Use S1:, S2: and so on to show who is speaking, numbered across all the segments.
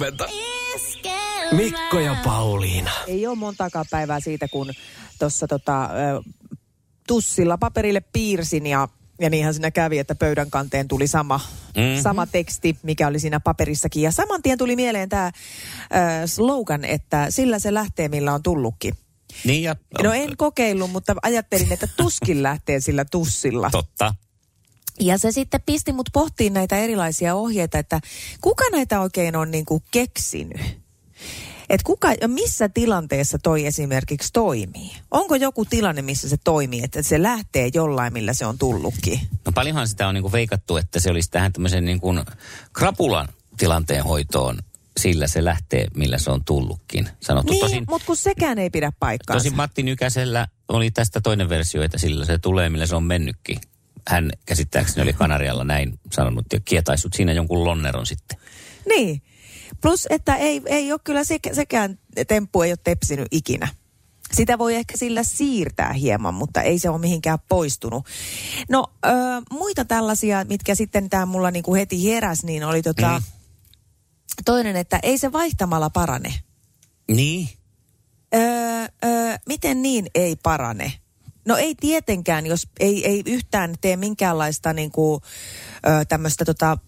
S1: huomenta. Mikko ja Pauliina.
S2: Ei ole montaakaan päivää siitä, kun tuossa tussilla paperille piirsin ja niinhän siinä kävi, että pöydän kanteen tuli sama teksti, mikä oli siinä paperissakin. Ja saman tien tuli mieleen tämä slogan, että sillä se lähtee, millä on tullutkin.
S3: Niin ja...
S2: No en kokeillut, mutta ajattelin, että tuskin lähtee sillä tussilla.
S3: Totta.
S2: Ja se sitten pisti mut pohtiin näitä erilaisia ohjeita, että kuka näitä oikein on niinku keksinyt? Että missä tilanteessa toi esimerkiksi toimii? Onko joku tilanne, missä se toimii, että se lähtee jollain, millä se on tullutkin? No
S3: paljonhan sitä on niinku veikattu, että se olisi tähän tämmöisen niinku krapulan tilanteen hoitoon. Sillä se lähtee, millä se on tullutkin. Sanottu
S2: niin, mutta kun sekään ei pidä paikkaansa.
S3: Tosin Matti Nykäsellä oli tästä toinen versio, että sillä se tulee, millä se on mennytkin. Hän käsittääkseni oli Kanarialla näin sanonut ja kietaissut siinä jonkun lonneron sitten.
S2: Niin. Plus, että ei ole kyllä sekään temppu ei ole tepsinyt ikinä. Sitä voi ehkä sillä siirtää hieman, mutta ei se ole mihinkään poistunut. No, muita tällaisia, mitkä sitten tämä mulla niinku heti heräsi, niin oli toinen, että ei se vaihtamalla parane.
S3: Niin?
S2: Miten niin ei parane? No ei tietenkään, jos ei yhtään tee minkäänlaista niinku, tämmöistä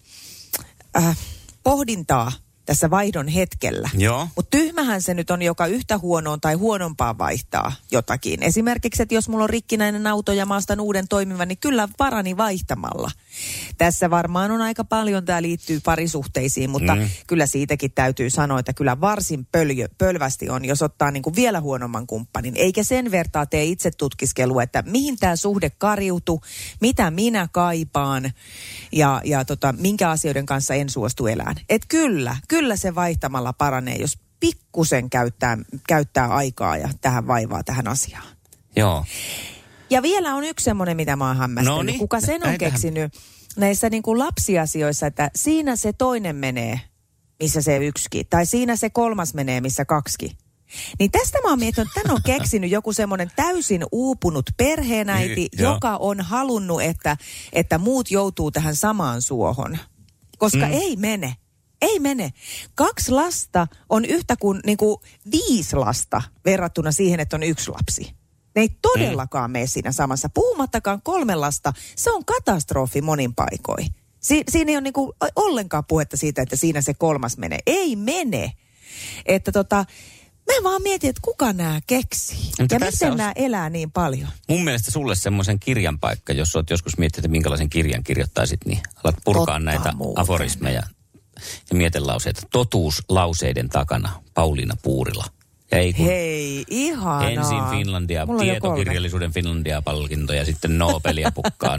S2: pohdintaa tässä vaihdon hetkellä.
S3: Joo.
S2: Mutta tyhmähän se nyt on, joka yhtä huonoon tai huonompaan vaihtaa jotakin. Esimerkiksi, että jos mulla on rikkinäinen auto ja mä ostan uuden toimivan, niin kyllä varani vaihtamalla. Tässä varmaan on aika paljon, tämä liittyy parisuhteisiin, mutta kyllä siitäkin täytyy sanoa, että kyllä varsin pölvästi on, jos ottaa niin kuin vielä huonomman kumppanin. Eikä sen vertaa tee itse tutkiskelua, että mihin tämä suhde kariutuu, mitä minä kaipaan ja minkä asioiden kanssa en suostu elämään. Että kyllä se vaihtamalla paranee, jos pikkusen käyttää aikaa ja tähän vaivaa tähän asiaan.
S3: Joo.
S2: Ja vielä on yksi semmoinen, mitä mä oon hämmästellyt.
S3: Noniin,
S2: kuka sen on keksinyt näissä niin kuin lapsiasioissa, että siinä se toinen menee, missä se yksikin. Tai siinä se kolmas menee, missä kaksikin. Niin tästä mä oon miettinyt, että tämän on keksinyt joku semmoinen täysin uupunut perheenäiti, joka on halunnut, että muut joutuu tähän samaan suohon. Koska ei mene. Ei mene. 2 lasta on yhtä kuin niinku 5 lasta verrattuna siihen, että on 1 lapsi. Ne ei todellakaan mene siinä samassa. Puhumattakaan 3 lasta, se on katastrofi monin paikoin. Siinä ei ole niinku ollenkaan puhetta siitä, että siinä se 3 menee. Ei mene. Että mä vaan mietin, että kuka nämä keksii. Ja miten nämä elää niin paljon.
S3: Mun mielestä sulle semmoisen kirjan paikka, jos oot joskus miettinyt, että minkälaisen kirjan kirjoittaisit, niin alat purkaa näitä aforismeja ja mietelauseita. Totuus lauseiden takana, Pauliina Puurila. Ja
S2: hei, ihanaa.
S3: Ensin Finlandia, tietokirjallisuuden Finlandia-palkinto ja sitten Nobelia pukkaa.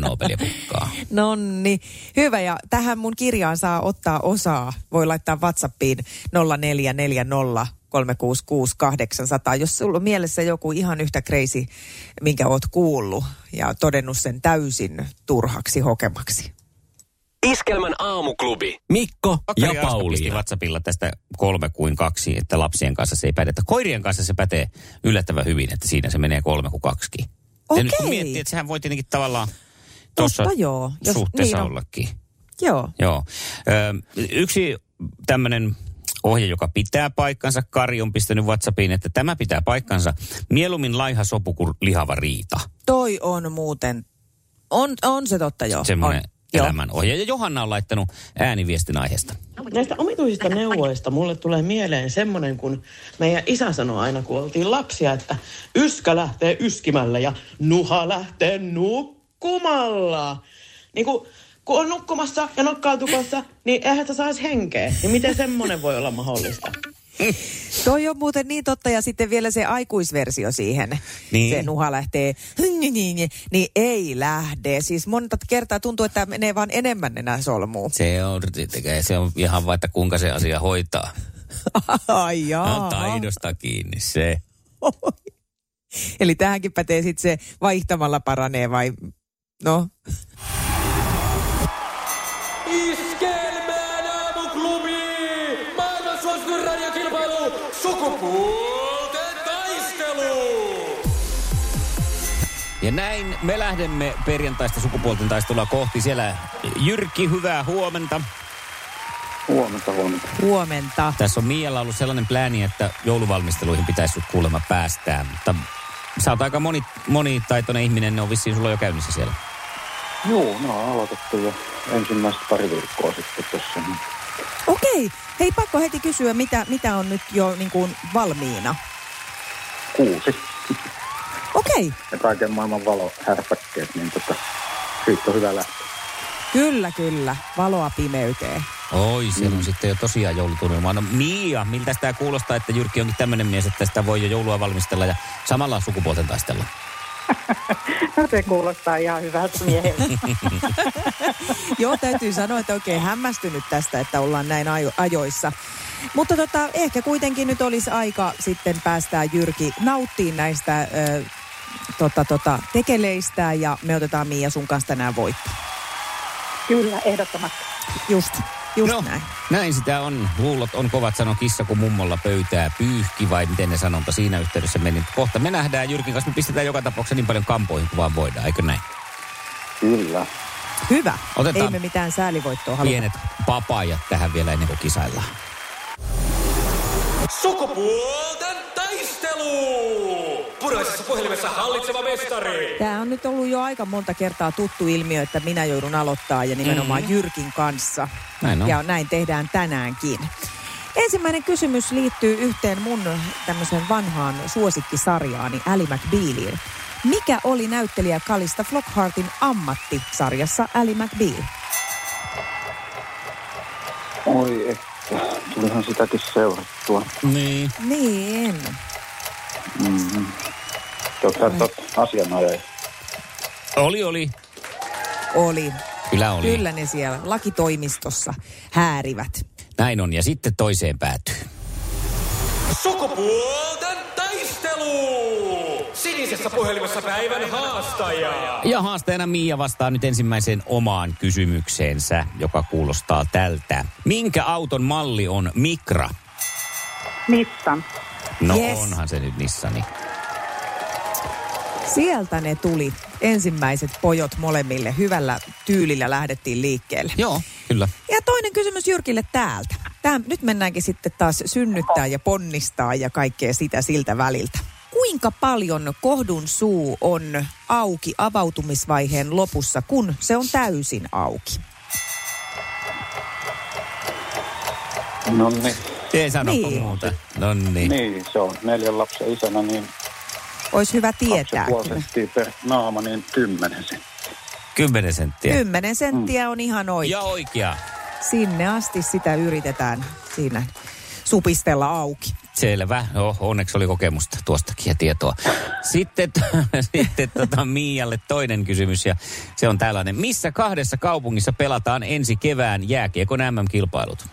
S2: Nonni, hyvä. Ja tähän mun kirjaan saa ottaa osaa. Voi laittaa WhatsAppiin 0440 366 800, jos sulla on mielessä joku ihan yhtä crazy, minkä oot kuullut ja todennut sen täysin turhaksi hokemaksi.
S1: Iskelmän aamuklubi. Mikko ja Pauliina.
S3: WhatsAppilla tästä 3 kuin 2, että lapsien kanssa se ei pädetä. Koirien kanssa se pätee yllättävän hyvin, että siinä se menee 3 kuin 2.
S2: Okei.
S3: Ja nyt kun miettii, että sehän voi tietenkin tavallaan tuossa suhteessa niin ollakin. Joo. Yksi tämmöinen ohje, joka pitää paikkansa, Kari on pistänyt WhatsAppiin, että tämä pitää paikkansa. Mieluummin laiha sopu kuin lihava riita.
S2: Toi on muuten, on se totta jo.
S3: Semmoinen elämän ohje. Ja Johanna on laittanut ääniviestin aiheesta.
S4: Näistä omituisista neuvoista mulle tulee mieleen semmoinen, kun meidän isä sanoi aina, kun oltiin lapsia, että yskä lähtee yskimällä ja nuha lähtee nukkumalla. Niin kun on nukkumassa ja nokkaa tukossa, niin eihän sitä saisi henkeä. Niin miten semmoinen voi olla mahdollista?
S2: Toi on muuten niin totta, ja sitten vielä se aikuisversio siihen.
S3: Niin.
S2: Se nuha lähtee, niin ei lähde. Siis monta kertaa tuntuu, että menee vaan enemmän enää solmuun.
S3: Se on ihan vaan, että kuinka se asia hoitaa.
S2: Ai jaa.
S3: No taidosta kiinni se.
S2: Eli tähänkin pätee sitten se vaihtamalla paranee vai no?
S1: Iskelmän aamuklubi! Maailman suosituin radiokilpailu! Sukupuolten taistelu!
S3: Ja näin me lähdemme perjantaista sukupuolten taistelua kohti. Siellä Jyrki, hyvää huomenta.
S2: Huomenta.
S3: Tässä on Mialla ollut sellainen plääni, että jouluvalmisteluihin pitäisi sut kuulemma päästää, mutta sä oot aika monitaitoinen ihminen, ne on vissiin sulla jo käynnissä siellä.
S5: Joo, ne on aloitettu jo ensimmäistä pari viikkoa sitten tuossa.
S2: Okei. Hei, pakko heti kysyä, mitä on nyt jo niin kuin valmiina?
S5: 6.
S2: Okei.
S5: Ja kaiken maailman valohärpäkkeet, niin siitä on hyvä lähteä.
S2: Kyllä. Valoa pimeyteen.
S3: Oi, siellä on sitten jo tosiaan joulutunnelma. No Mia, miltä tämä kuulostaa, että Jyrki onkin tämmöinen mies, että sitä voi jo joulua valmistella ja samalla sukupuolten taistella?
S6: No se kuulostaa ihan hyvältä mieheltä.
S2: Joo, täytyy sanoa, että oikein hämmästynyt tästä, että ollaan näin ajoissa. Mutta ehkä kuitenkin nyt olisi aika sitten päästää Jyrki nauttiin näistä tekeleistä ja me otetaan Mia sun kanssa tänään voitto.
S6: Kyllä, ehdottomasti.
S2: Just näin.
S3: Näin sitä on. Luulot on kovat, sano kissa, kun mummolla pöytää pyyhki, vai miten ne sanonta siinä yhteydessä meni. Kohta me nähdään Jyrkin kanssa, me pistetään joka tapauksessa niin paljon kampoihin kuin vaan voidaan, eikö näin?
S5: Kyllä.
S2: Hyvä.
S3: Otetaan
S2: ei me mitään säälivoittoa haluta.
S3: Pienet papajat tähän vielä ennen kuin kisaillaan.
S1: Sukupuolten taistelu! Puraisessa puhelimessa hallitseva mestari.
S2: Tämä on nyt ollut jo aika monta kertaa tuttu ilmiö, että minä joudun aloittaa ja nimenomaan Jyrkin kanssa.
S3: Näin on.
S2: Ja näin tehdään tänäänkin. Ensimmäinen kysymys liittyy yhteen mun tämmöiseen vanhaan suosikkisarjaani Ally McBealiin. Mikä oli näyttelijä Calista Flockhartin ammatti sarjassa Ally McBeal?
S5: Oi että, tulihan sitäkin seurattua.
S2: Niin.
S5: Mm-hmm. Asianajaja.
S3: Oli. Kyllä oli.
S2: Kyllä ne siellä lakitoimistossa häärivät.
S3: Näin on, ja sitten toiseen päätyy.
S1: Sukupuolten taistelu! Sinisessä puhelimessa päivän haastaja.
S3: Ja haastajana Mia vastaa nyt ensimmäiseen omaan kysymykseensä, joka kuulostaa tältä. Minkä auton malli on Micra?
S6: Nissan.
S3: No yes. Onhan se nyt Nissani.
S2: Sieltä ne tuli ensimmäiset pojot molemmille. Hyvällä tyylillä lähdettiin liikkeelle.
S3: Joo, kyllä.
S2: Ja toinen kysymys Jyrkille täältä. Nyt mennäänkin sitten taas synnyttää ja ponnistaa ja kaikkea sitä siltä väliltä. Kuinka paljon kohdun suu on auki avautumisvaiheen lopussa, kun se on täysin auki?
S5: Noniin.
S3: Ei sanoppa muuta. Noniin.
S5: Niin, se on 4 lapsen isänä, niin...
S2: Olisi hyvä tietää.
S5: 2,5 senttiä per naama, niin 10 senttiä.
S3: 10 senttiä.
S2: 10 senttiä on ihan oikein.
S3: Ja oikea.
S2: Sinne asti sitä yritetään siinä supistella auki.
S3: Selvä. Onneksi oli kokemusta tuostakin ja tietoa. Sitten Mialle toinen kysymys ja se on tällainen. Missä 2 kaupungissa pelataan ensi kevään jääkiekon MM-kilpailut?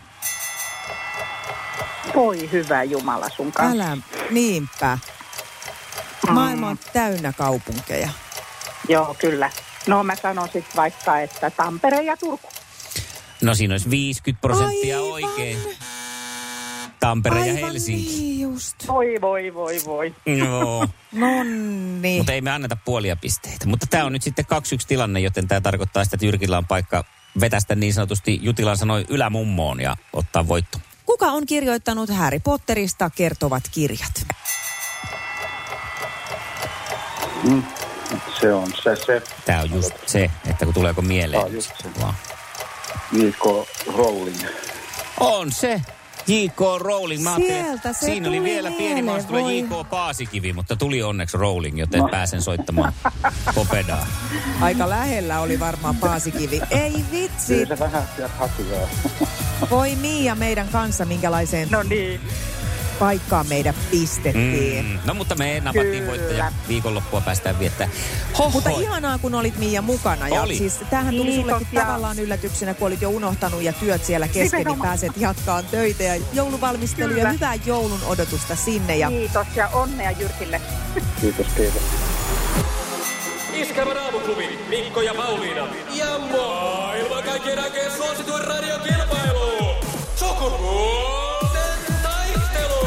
S6: Voi hyvä Jumala sun kanssa.
S2: Älä, niinpä. Maailma on täynnä kaupunkeja.
S6: Joo, kyllä. No mä sanon sitten vaikka, että Tampere ja Turku.
S3: No siinä olisi 50% oikein. Tampere ja Helsinki.
S2: Niin just.
S6: Voi.
S3: Joo.
S2: Nonni.
S3: Mutta ei me anneta puolia pisteitä. Mutta tämä on nyt sitten 2-1 tilanne, joten tämä tarkoittaa sitä, että Jyrkillä on paikka vetästä niin sanotusti, Jutila sanoi, ylämummoon ja ottaa voitto.
S2: Kuka on kirjoittanut Harry Potterista kertovat kirjat?
S5: Se on se.
S3: Tämä on just se, että kun tuleeko mieleen.
S5: Tämä on just se. J.K. Rowling.
S3: On se. J.K. Rowling. Mä
S2: Sieltä se
S3: siinä oli vielä pieni mahdollisuus J.K. Paasikivi, mutta tuli onneksi Rowling, joten pääsen soittamaan Popedaa.
S2: Aika lähellä oli varmaan Paasikivi. Ei vitsi.
S5: Kyllä se vähän sieltä hakijaa.
S2: Voi Mia meidän kanssa, minkälaiseen paikkaan meidät pistettiin.
S3: No mutta me napattiin voittaja. Viikonloppua päästään viettämään.
S2: Mutta ihanaa, kun olit Mia mukana. Ja siis tämähän tuli sullekin tavallaan yllätyksenä, kun olit jo unohtanut ja työt siellä kesken, niin pääset jatkaan töitä ja jouluvalmistelua ja hyvää joulun odotusta sinne. Ja...
S6: Kiitos ja onnea Jyrkille.
S5: Kiitos.
S1: Iskelmän aamuklubi, Mikko ja Pauliina. Ja maailman kaikkien aikeen suosituen radiokilpailu. Sukupuolten taistelu.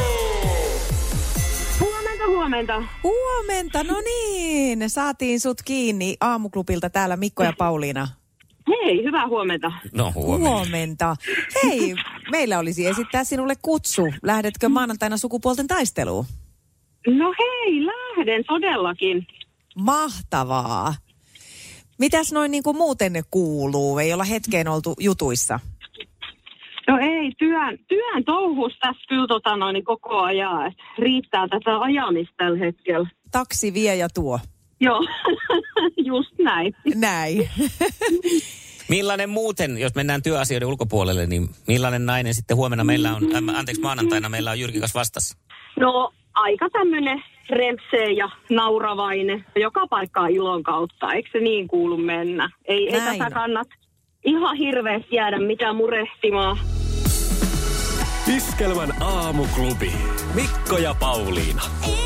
S2: Huomenta, no niin. Saatiin sut kiinni aamuklubilta täällä Mikko ja Pauliina.
S7: Hei, hyvää huomenta.
S3: No huomenta.
S2: Hei, meillä olisi esittää sinulle kutsu. Lähdetkö maanantaina sukupuolten taisteluun?
S7: No hei, lähden todellakin.
S2: Mahtavaa. Mitäs noin niin kuin muuten kuuluu? Ei olla hetkeen oltu jutuissa.
S7: No ei, työn touhus tässä kyllä koko ajan. Et riittää tätä ajamista tällä hetkellä.
S2: Taksi vie ja tuo.
S7: Joo, just näin.
S2: Näin.
S3: Millainen muuten, jos mennään työasioiden ulkopuolelle, niin millainen nainen sitten huomenna meillä on, maanantaina meillä on Jyrki kanssa vastassa?
S7: No aika tämmöinen rempsee ja nauravainen, joka paikkaa ilon kautta. Eikö se niin kuulu mennä? Ei tässä kannata ihan hirveästi jäädä mitään murehtimaan.
S1: Iskelmän aamuklubi. Mikko ja Pauliina.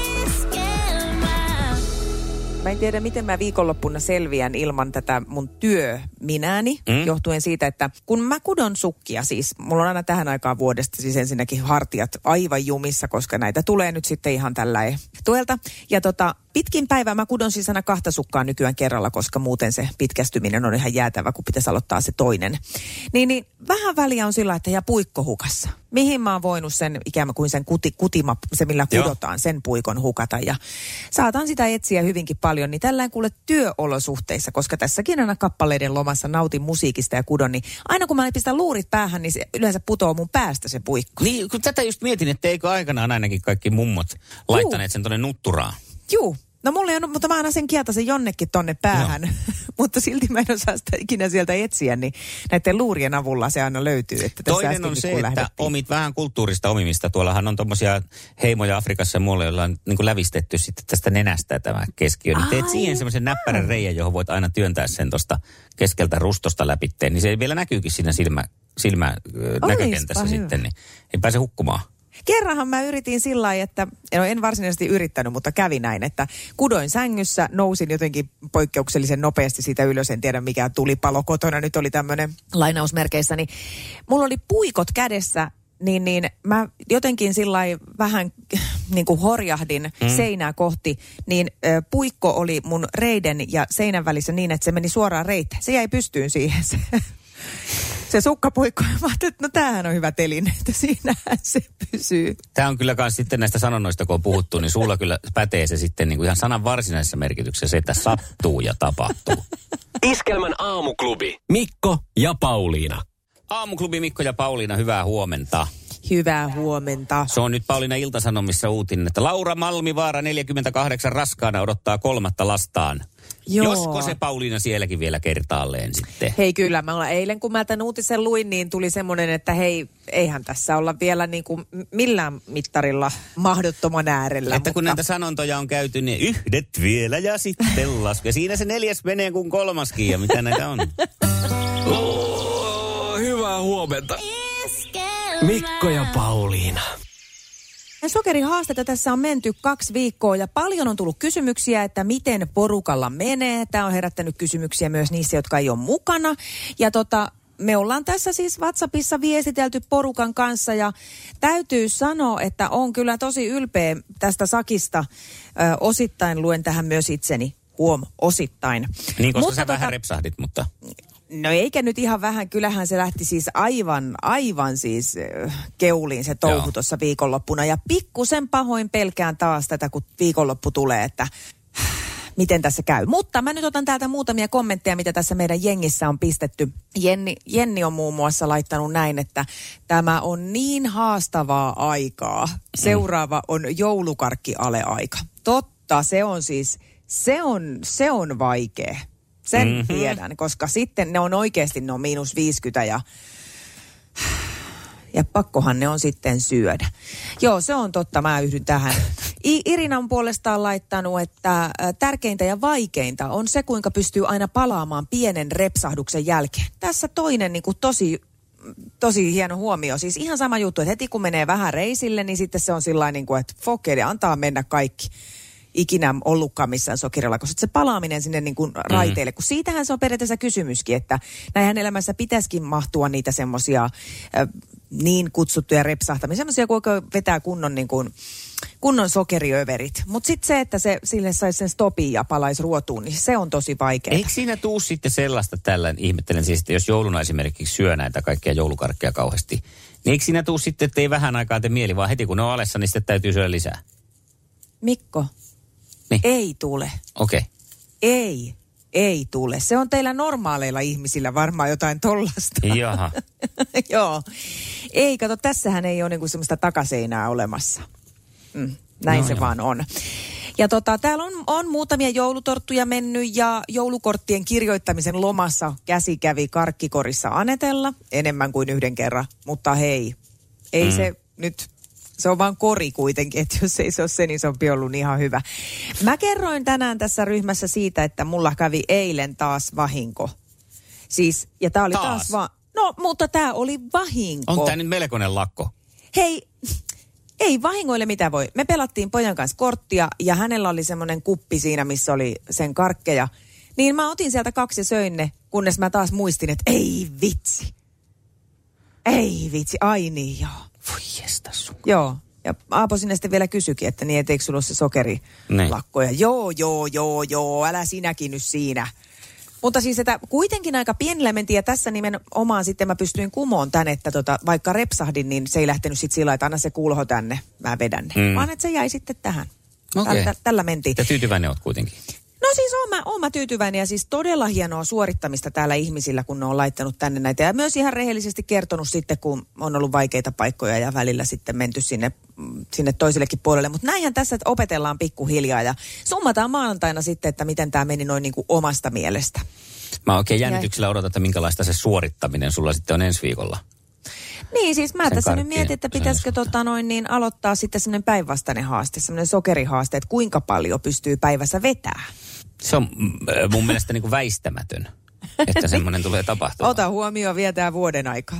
S2: Mä en tiedä, miten mä viikonloppuna selviän ilman tätä mun työminääni, johtuen siitä, että kun mä kudon sukkia, siis mulla on aina tähän aikaan vuodesta siis ensinnäkin hartiat aivan jumissa, koska näitä tulee nyt sitten ihan tällä tuelta. Ja pitkin päivää mä kudon siis aina 2 sukkaa nykyään kerralla, koska muuten se pitkästyminen on ihan jäätävä, kun pitäisi aloittaa se toinen. Niin vähän väliä on sillä, että jää puikko hukassa. Mihin mä oon voinut sen ikään kuin sen kutima, se millä kudotaan, sen puikon hukata. Ja saatan sitä etsiä hyvinkin paljon, niin tällään kuule työolosuhteissa, koska tässäkin aina kappaleiden lomassa nautin musiikista ja kudon, niin aina kun mä pistän luurit päähän, niin se yleensä putoo mun päästä se puikko.
S3: Niin, kun tätä just mietin, että eikö aikanaan ainakin kaikki mummot laittaneet sen tonne nutturaan?
S2: Juu. No mulla ei ole, mutta mä aina sen kieltäisen jonnekin tonne päähän, mutta silti mä en osaa sitä ikinä sieltä etsiä, niin näiden luurien avulla se aina löytyy. Että
S3: toinen on se, että omit vähän kulttuurista omimista. Tuollahan on tommosia heimoja Afrikassa ja muualla, joilla on niin kuin lävistetty sitten tästä nenästä tämä keskiö. Niin teet siihen semmoisen näppärän reiän, johon voit aina työntää sen tuosta keskeltä rustosta läpitteen, niin se vielä näkyykin siinä näkökentässä sitten, niin ei pääse hukkumaan.
S2: Kerranhan mä yritin sillä lailla, että, en varsinaisesti yrittänyt, mutta kävi näin, että kudoin sängyssä, nousin jotenkin poikkeuksellisen nopeasti siitä ylös, en tiedä mikä tulipalo kotona, nyt oli tämmöinen lainausmerkeissä, niin mulla oli puikot kädessä, niin mä jotenkin sillä lailla vähän niin kuin horjahdin seinää kohti, niin puikko oli mun reiden ja seinän välissä niin, että se meni suoraan reiteen. Se jäi pystyyn siihen se sukkapuikko. Mä ajattelin, että no tämähän on hyvä teline, että siinähän se pysyy.
S3: Tämä on kyllä myös sitten näistä sanonnoista, kun on puhuttu, niin sulla kyllä pätee se sitten niin kuin ihan sanan varsinaisessa merkityksessä, se, että sattuu ja tapahtuu.
S1: Iskelmän aamuklubi. Mikko ja Pauliina.
S3: Aamuklubi Mikko ja Pauliina, hyvää huomenta.
S2: Hyvää huomenta.
S3: Se on nyt Pauliina Ilta-Sanomissa uutinen, että Laura Malmivaara 48 raskaana odottaa 3. lastaan. Joo. Josko se Pauliina sielläkin vielä kertaalleen sitten.
S2: Hei kyllä, eilen kun mä tämän uutisen luin, niin tuli semmoinen, että hei, eihän tässä olla vielä niin kuin millään mittarilla mahdottoman äärellä.
S3: Että kun näitä sanontoja on käyty, niin yhdet vielä ja sitten lasku. Ja siinä se 4. menee kuin 3. ja mitä näitä on.
S1: Hyvää huomenta. Mikko ja Pauliina.
S2: Sokerihaastetta tässä on menty 2 viikkoa ja paljon on tullut kysymyksiä, että miten porukalla menee. Tämä on herättänyt kysymyksiä myös niissä, jotka ei ole mukana. Ja me ollaan tässä siis WhatsAppissa viestitelty porukan kanssa ja täytyy sanoa, että on kyllä tosi ylpeä tästä sakista. Osittain luen tähän myös itseni. Osittain.
S3: Niin, koska sä vähän repsahdit, mutta...
S2: No eikä nyt ihan vähän, kyllähän se lähti siis aivan siis keuliin se touhu tuossa viikonloppuna. Ja pikkusen pahoin pelkään taas tätä, kun viikonloppu tulee, että miten tässä käy. Mutta mä nyt otan täältä muutamia kommentteja, mitä tässä meidän jengissä on pistetty. Jenni on muun muassa laittanut näin, että tämä on niin haastavaa aikaa. Seuraava on joulukarkkiale-aika. Totta, se on siis, se on vaikea. Sen tiedän, koska sitten ne on oikeasti -50 ja pakkohan ne on sitten syödä. Joo, se on totta, mä yhdyn tähän. Irina on puolestaan laittanut, että tärkeintä ja vaikeinta on se, kuinka pystyy aina palaamaan pienen repsahduksen jälkeen. Tässä toinen niin kuin tosi hieno huomio. Siis ihan sama juttu, että heti kun menee vähän reisille, niin sitten se on sillain niin kuin, että fokede, antaa mennä kaikki. Ikinä ollutkaan missään sokerilla, koska se palaaminen sinne niin kuin raiteille, kun siitähän se on periaatteessa kysymyskin, että näinhän elämässä pitäisikin mahtua niitä semmoisia niin kutsuttuja repsahtamisia, semmoisia, kun vetää kunnon niin kuin kunnon sokeriöverit. Mutta sitten se, että sille saisi sen stopin ja palaisi ruotuun, niin se on tosi vaikeaa.
S3: Eikö siinä tuu sitten sellaista ihmettelen siis, että jos jouluna esimerkiksi syö näitä kaikkia joulukarkkeja kauheasti, niin eikö siinä tuu sitten, että ei vähän aikaa tee mieli, vaan heti kun ne on alessa, niin sitten täytyy syödä lisää?
S2: Mikko, niin. Ei tule.
S3: Okei. Okay.
S2: Ei tule. Se on teillä normaaleilla ihmisillä varmaan jotain tollasta.
S3: Jaha.
S2: Joo. Ei, kato, tässähän ei ole niinku semmoista takaseinää olemassa. Näin no, se vaan on. Ja täällä on muutamia joulutorttuja mennyt ja joulukorttien kirjoittamisen lomassa käsi kävi karkkikorissa Anetella enemmän kuin yhden kerran. Mutta hei, ei se nyt... Se on vaan kori kuitenkin, että jos ei se ole se, niin se on ollut ihan hyvä. Mä kerroin tänään tässä ryhmässä siitä, että mulla kävi eilen taas vahinko. Siis, ja tää oli taas no, mutta tää oli vahinko.
S3: On tää nyt melkoinen lakko.
S2: Hei, ei vahingoille mitä voi. Me pelattiin pojan kanssa korttia ja hänellä oli semmoinen kuppi siinä, missä oli sen karkkeja. Niin mä otin sieltä 2 ja söin ne, kunnes mä taas muistin, että ei vitsi, ai niin joo.
S3: Voi jestas sun.
S2: Joo. Ja Aapo sinne sitten vielä kysyikin, että niin, etteikö sulla ole se sokerilakko? Ja joo, älä sinäkin nyt siinä. Mutta siis, että kuitenkin aika pienellä mentiin ja tässä nimenomaan sitten mä pystyin kumoon tän, että vaikka repsahdin, niin se ei lähtenyt sitten sillä, että anna se kulho tänne, mä vedän ne. Vaan että se jäi sitten tähän.
S3: Okay.
S2: Tällä mentiin.
S3: Ja tyytyväinen oot kuitenkin.
S2: No siis oon mä tyytyväinen ja siis todella hienoa suorittamista täällä ihmisillä, kun ne on laittanut tänne näitä. Ja myös ihan rehellisesti kertonut sitten, kun on ollut vaikeita paikkoja ja välillä sitten menty sinne toisellekin puolelle. Mutta näinhän tässä opetellaan pikkuhiljaa ja summataan maanantaina sitten, että miten tämä meni noin niin kuin omasta mielestä.
S3: Mä oikein jännityksellä odotan, että minkälaista se suorittaminen sulla sitten on ensi viikolla.
S2: Niin, siis mä tässä nyt mietin, että pitäisikö aloittaa sitten semmoinen päinvastainen haaste, semmoinen sokerihaaste, että kuinka paljon pystyy päivässä vetämään.
S3: Se on mun mielestä niin kuin väistämätön, että semmoinen tulee tapahtumaan.
S2: Ota huomioon, vietää vuoden aikaa.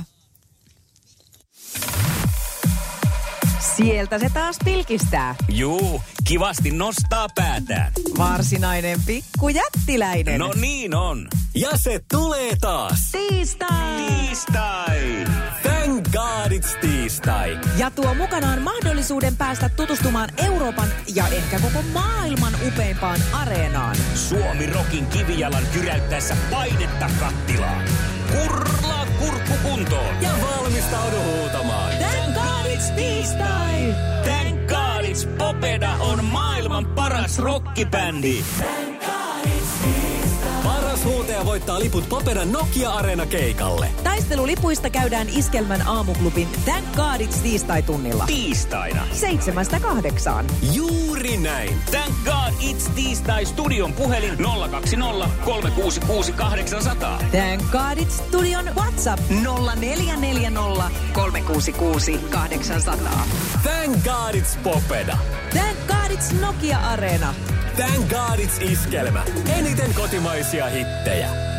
S2: Sieltä se taas pilkistää.
S3: Juu, kivasti nostaa päätään.
S2: Varsinainen pikkujättiläinen.
S1: No niin on. Ja se tulee taas.
S2: Tiistai!
S1: Thank God it's tiistai.
S2: Ja tuo mukanaan mahdollisuuden päästä tutustumaan Euroopan ja ehkä koko maailman upeimpaan areenaan.
S1: Suomi Rockin kivijalan jyräyttäessä painetta kattilaan. Kurlaa kurkku kuntoon. Ja valmistaudu huutamaan.
S2: Thank God it's tiistai!
S1: Thank God it's Popeda on maailman paras rockibändi. Thank God it's tiistai. Paras huutaja voittaa liput Popedan Nokia-areena-keikalle.
S2: Taistelulipuista käydään Iskelmän aamuklubin Thank God it's tiistai-tunnilla.
S1: Tiistaina
S2: 7-8.
S1: Juuri näin. Thank God it's tiistai studion puhelin 020 366 800.
S2: Thank God it's studion WhatsApp 0440 366 800.
S1: Thank God it's Popeda.
S2: Thank God it's Nokia-areena.
S1: Thank God it's Iskelmä. Eniten kotimaisia hittejä.